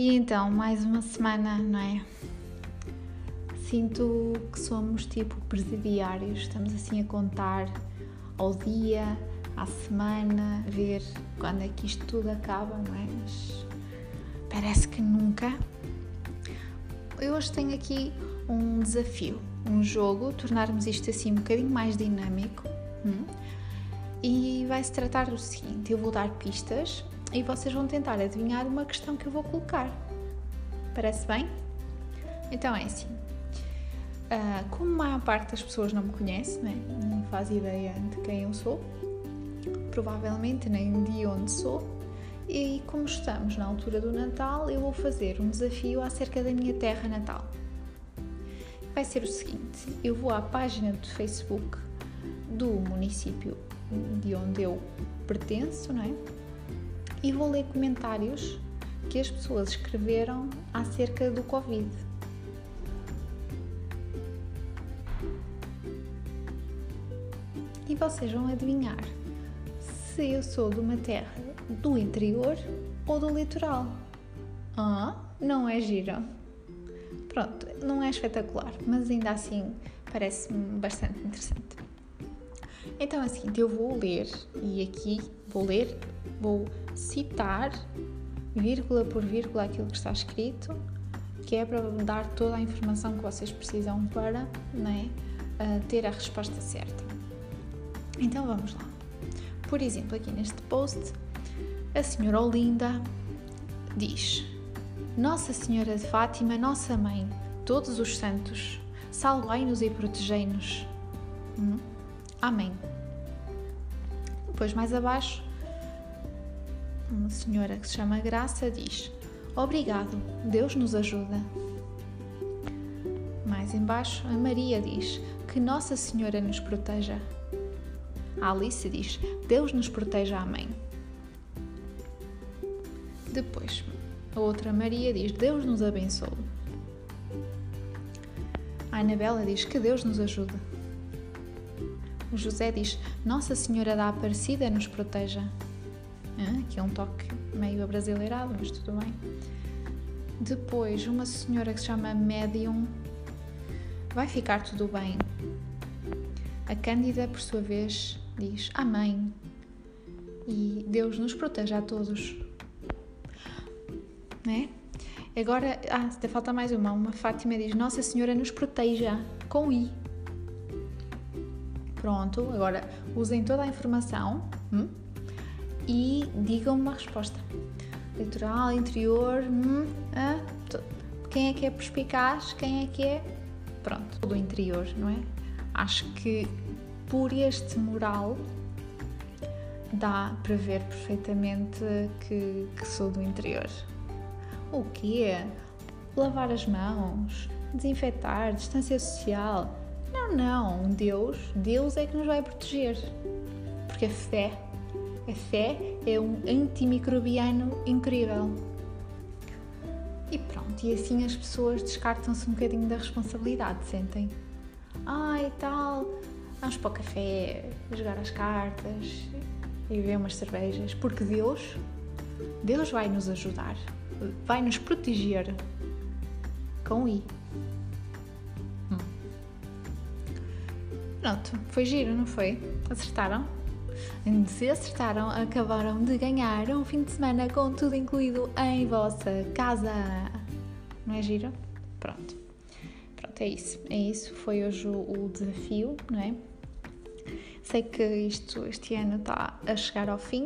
E então, mais uma semana, não é? Sinto que somos tipo presidiários, estamos assim a contar ao dia, à semana, ver quando é que isto tudo acaba, não é? Mas parece que nunca. Eu hoje tenho aqui um desafio, um jogo, tornarmos isto assim um bocadinho mais dinâmico. E vai-se tratar do seguinte: eu vou dar pistas e vocês vão tentar adivinhar uma questão que eu vou colocar. Parece bem? Então é assim. Como a maior parte das pessoas não me conhece, né? Não faz ideia de quem eu sou, provavelmente nem de onde sou, e como estamos na altura do Natal, eu vou fazer um desafio acerca da minha terra natal. Vai ser o seguinte: eu vou à página do Facebook do município de onde eu pertenço, não é? E vou ler comentários que as pessoas escreveram acerca do Covid. E vocês vão adivinhar se eu sou de uma terra do interior ou do litoral. Não é giro? Pronto, não é espetacular, mas ainda assim parece-me bastante interessante. Então é o seguinte, eu vou ler, e aqui vou citar, vírgula por vírgula, aquilo que está escrito, que é para dar toda a informação que vocês precisam para, não é, ter a resposta certa. Então vamos lá. Por exemplo, aqui neste post, a senhora Olinda diz: Nossa Senhora de Fátima, Nossa Mãe, todos os santos, salvai-nos e protegei-nos. Amém. Depois, mais abaixo, uma senhora que se chama Graça diz: Obrigado, Deus nos ajuda. Mais embaixo, a Maria diz: Que Nossa Senhora nos proteja. A Alice diz: Deus nos proteja, amém. Depois, a outra Maria diz: Deus nos abençoe. A Anabela diz: Que Deus nos ajude. O José diz: Nossa Senhora da Aparecida nos proteja. Aqui é um toque meio abrasileirado, mas tudo bem. Depois, uma senhora que se chama Médium: Vai ficar tudo bem. A Cândida, por sua vez, diz: Amém. E Deus nos proteja a todos. Né? Agora, até falta mais uma. Uma Fátima diz: Nossa Senhora nos proteja, com I. Pronto, agora usem toda a informação e digam uma resposta. Litoral, interior, quem é que é perspicaz, quem é que é... Pronto, do interior, não é? Acho que por este mural dá para ver perfeitamente que sou do interior. O quê? Lavar as mãos, desinfetar, distância social. Não, Deus é que nos vai proteger. Porque a fé é um antimicrobiano incrível. E pronto, e assim as pessoas descartam-se um bocadinho da responsabilidade, sentem? E tal, vamos para o café, jogar as cartas e beber umas cervejas, porque Deus vai nos ajudar, vai nos proteger com I. Pronto, foi giro, não foi? Acertaram? Se acertaram, acabaram de ganhar um fim de semana com tudo incluído em vossa casa. Não é giro? Pronto, é isso. Foi hoje o desafio, não é? Sei que este ano está a chegar ao fim.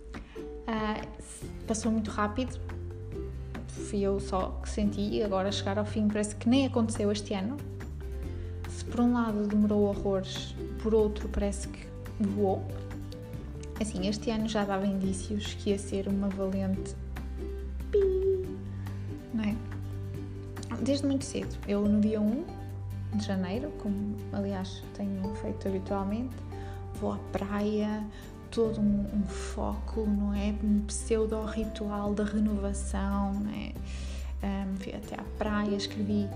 Passou muito rápido. Fui eu só que senti. Agora chegar ao fim parece que nem aconteceu este ano. Se por um lado demorou horrores, por outro parece que voou. Assim, este ano já dava indícios que ia ser uma valente não é? Desde muito cedo. Eu no dia 1 de janeiro, como aliás tenho feito habitualmente, vou à praia, todo um foco, não é? Um pseudo-ritual de renovação, não é? Fui até à praia, escrevi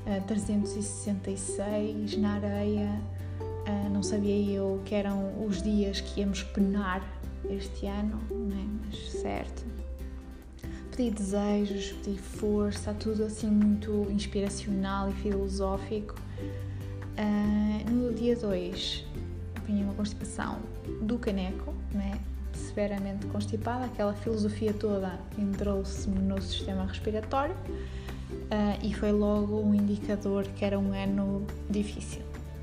366 na areia. Não sabia eu que eram os dias que íamos penar este ano, não é? Mas certo. pedi desejos, pedi força, tudo assim muito inspiracional e filosófico. No dia 2 apanhei uma constipação do caneco, né? Severamente constipada, aquela filosofia toda entrou-se no sistema respiratório e foi logo um indicador que era um ano difícil.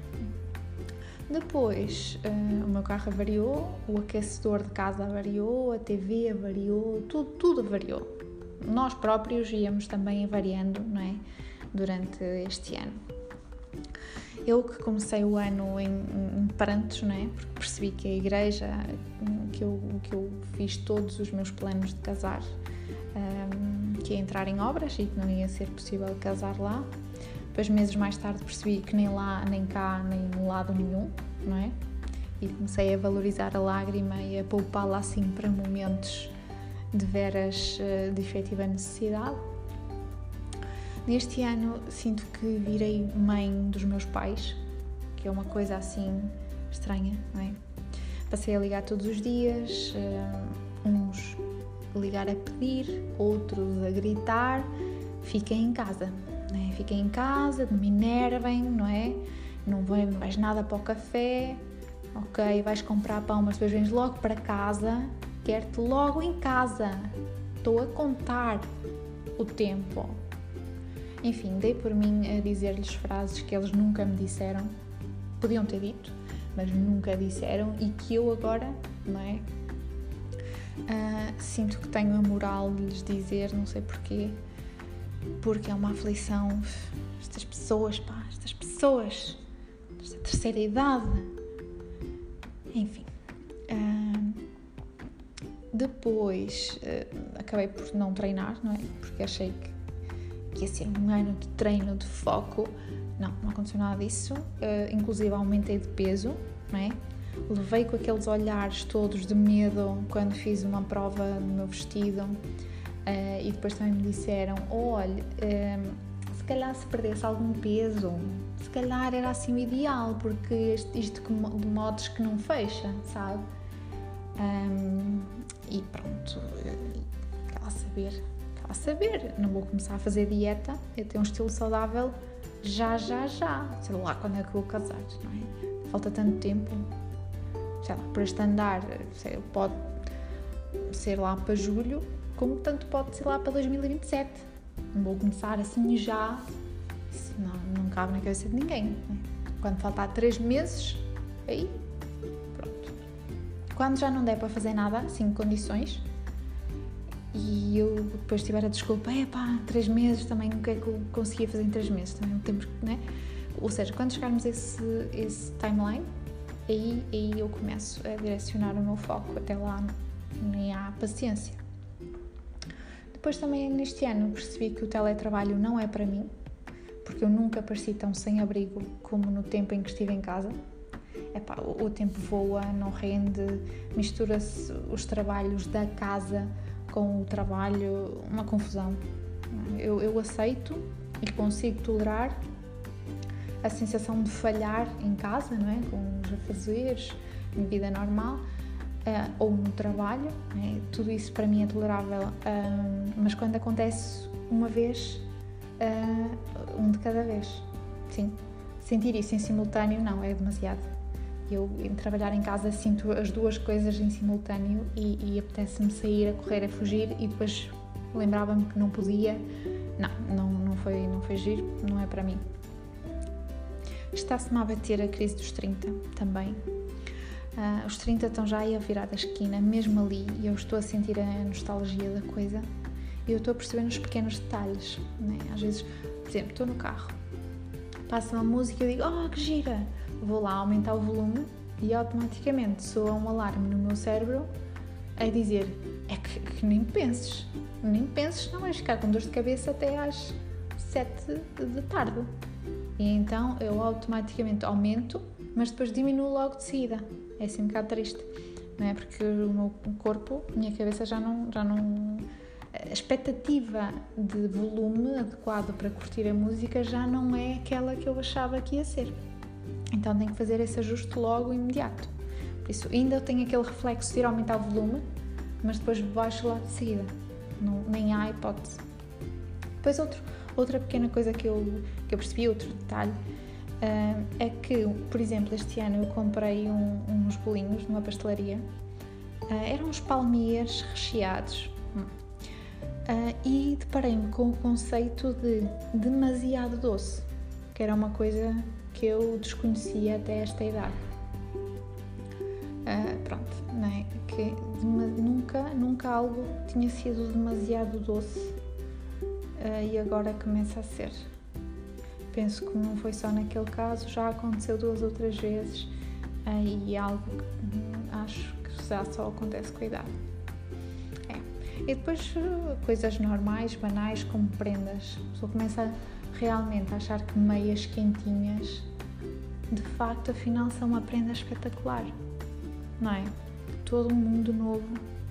Depois o meu carro avariou, o aquecedor de casa avariou, a TV avariou, tudo avariou. Nós próprios íamos também avariando, não é? Durante este ano. Eu que comecei o ano em prantos, não é? Porque percebi que a igreja, que eu fiz todos os meus planos de casar, que ia entrar em obras e que não ia ser possível casar lá. Depois, meses mais tarde, percebi que nem lá, nem cá, nem em lado nenhum, não é? E comecei a valorizar a lágrima e a poupá-la assim para momentos de veras de efetiva necessidade. Neste ano sinto que virei mãe dos meus pais, que é uma coisa assim estranha, não é? Passei a ligar todos os dias, uns a ligar a pedir, outros a gritar, fiquem em casa, não é? Fiquem em casa, não me enervem, não é? Não vais nada para o café, ok, vais comprar pão, mas depois vens logo para casa, quero-te logo em casa, estou a contar o tempo. Enfim, dei por mim a dizer-lhes frases que eles nunca me disseram, podiam ter dito, mas nunca disseram e que eu agora, não é? Sinto que tenho a moral de lhes dizer, não sei porquê, porque é uma aflição. Estas pessoas, esta terceira idade, enfim. Depois acabei por não treinar, não é? Porque achei que ia ser um ano de treino, de foco. Não aconteceu nada disso. Inclusive aumentei de peso, não é? Levei com aqueles olhares todos de medo quando fiz uma prova no meu vestido e depois também me disseram, olha, se calhar se perdesse algum peso, se calhar era assim o ideal, porque isto de modos que não fecha, sabe? E pronto, quer lá saber, não vou começar a fazer dieta, eu tenho um estilo saudável já, sei lá quando é que vou casar, não é? Falta tanto tempo, sei lá, por este andar, pode ser lá para julho, como tanto pode ser lá para 2027, não vou começar assim já, isso não cabe na cabeça de ninguém, não é? Quando faltar 3 meses, aí, pronto. Quando já não der para fazer nada, assim, condições, e eu depois tiver a desculpa, 3 meses também, o que é que eu conseguia fazer em 3 meses? Também não temos, né? Ou seja, quando chegarmos a esse timeline, aí eu começo a direcionar o meu foco, até lá nem há paciência. Depois também neste ano percebi que o teletrabalho não é para mim, porque eu nunca pareci tão sem abrigo como no tempo em que estive em casa. O tempo voa, não rende, mistura-se os trabalhos da casa com o trabalho, uma confusão. Eu aceito e consigo tolerar a sensação de falhar em casa, não é? Com os afazeres, na vida normal, ou no trabalho, tudo isso para mim é tolerável, mas quando acontece uma vez, um de cada vez, sim, sentir isso em simultâneo não, é demasiado. Eu, em trabalhar em casa, sinto as duas coisas em simultâneo e apetece-me sair a correr, a fugir e depois lembrava-me que não podia. Não foi giro, não é para mim. Está-se-me a bater a crise dos 30 também. Os 30 estão já aí a virar a esquina, mesmo ali, e eu estou a sentir a nostalgia da coisa. E eu estou a perceber nos pequenos detalhes, né? Às vezes, por exemplo, estou no carro, passa uma música e eu digo, que gira! Vou lá aumentar o volume e automaticamente soa um alarme no meu cérebro a dizer, que nem penses, não vais ficar com dor de cabeça até às 7 da tarde. E então eu automaticamente aumento, mas depois diminuo logo de seguida. É assim um bocado triste, não é? Porque o meu corpo, a minha cabeça já não... A expectativa de volume adequado para curtir a música já não é aquela que eu achava que ia ser. Então tenho que fazer esse ajuste logo imediato. Por isso ainda tenho aquele reflexo de ir aumentar o volume, mas depois baixo lá de seguida. nem há hipótese. Depois outra pequena coisa que eu percebi, outro detalhe, é que, por exemplo, este ano eu comprei uns bolinhos numa pastelaria, eram uns palmiers recheados, e deparei-me com o conceito de demasiado doce, que era uma coisa que eu desconhecia até esta idade. Pronto, não é? Que nunca algo tinha sido demasiado doce, e agora começa a ser. Penso que não foi só naquele caso, já aconteceu 2 ou 3 vezes, e algo que acho que já só acontece com a idade. E depois coisas normais, banais, como prendas. A pessoa começa realmente a achar que meias quentinhas, de facto, afinal, são uma prenda espetacular, não é? Todo um mundo novo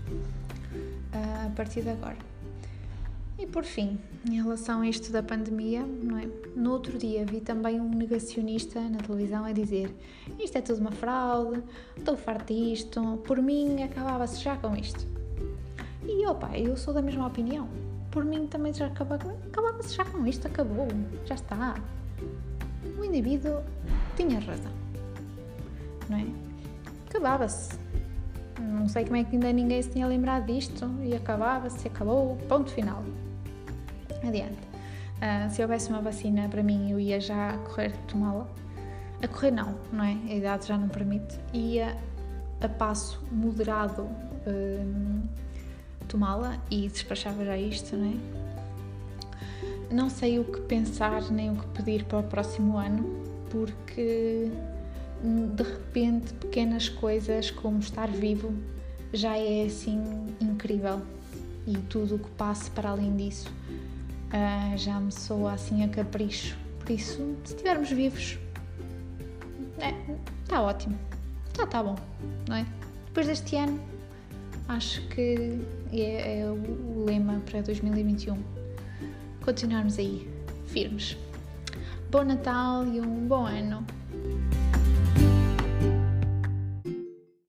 a partir de agora. E por fim, em relação a isto da pandemia, não é? No outro dia vi também um negacionista na televisão a dizer: isto é tudo uma fraude, estou farto disto, por mim acabava-se já com isto. E eu sou da mesma opinião, por mim também já acabava-se já com isto, acabou, já está. O indivíduo tinha razão, não é? Acabava-se. Não sei como é que ainda ninguém se tinha lembrado disto, e acabava-se, acabou, ponto final. Adiante. Se houvesse uma vacina para mim, eu ia já correr tomá-la. A correr não é? A idade já não permite. Ia a passo moderado tomá-la e despachava já isto, não é? Não sei o que pensar nem o que pedir para o próximo ano, porque de repente pequenas coisas como estar vivo já é assim incrível, e tudo o que passe para além disso já me soa assim a capricho. Por isso, se estivermos vivos, está ótimo, está bom, não é? Depois deste ano, acho que é o lema para 2021, continuarmos aí firmes. Bom Natal e um bom ano.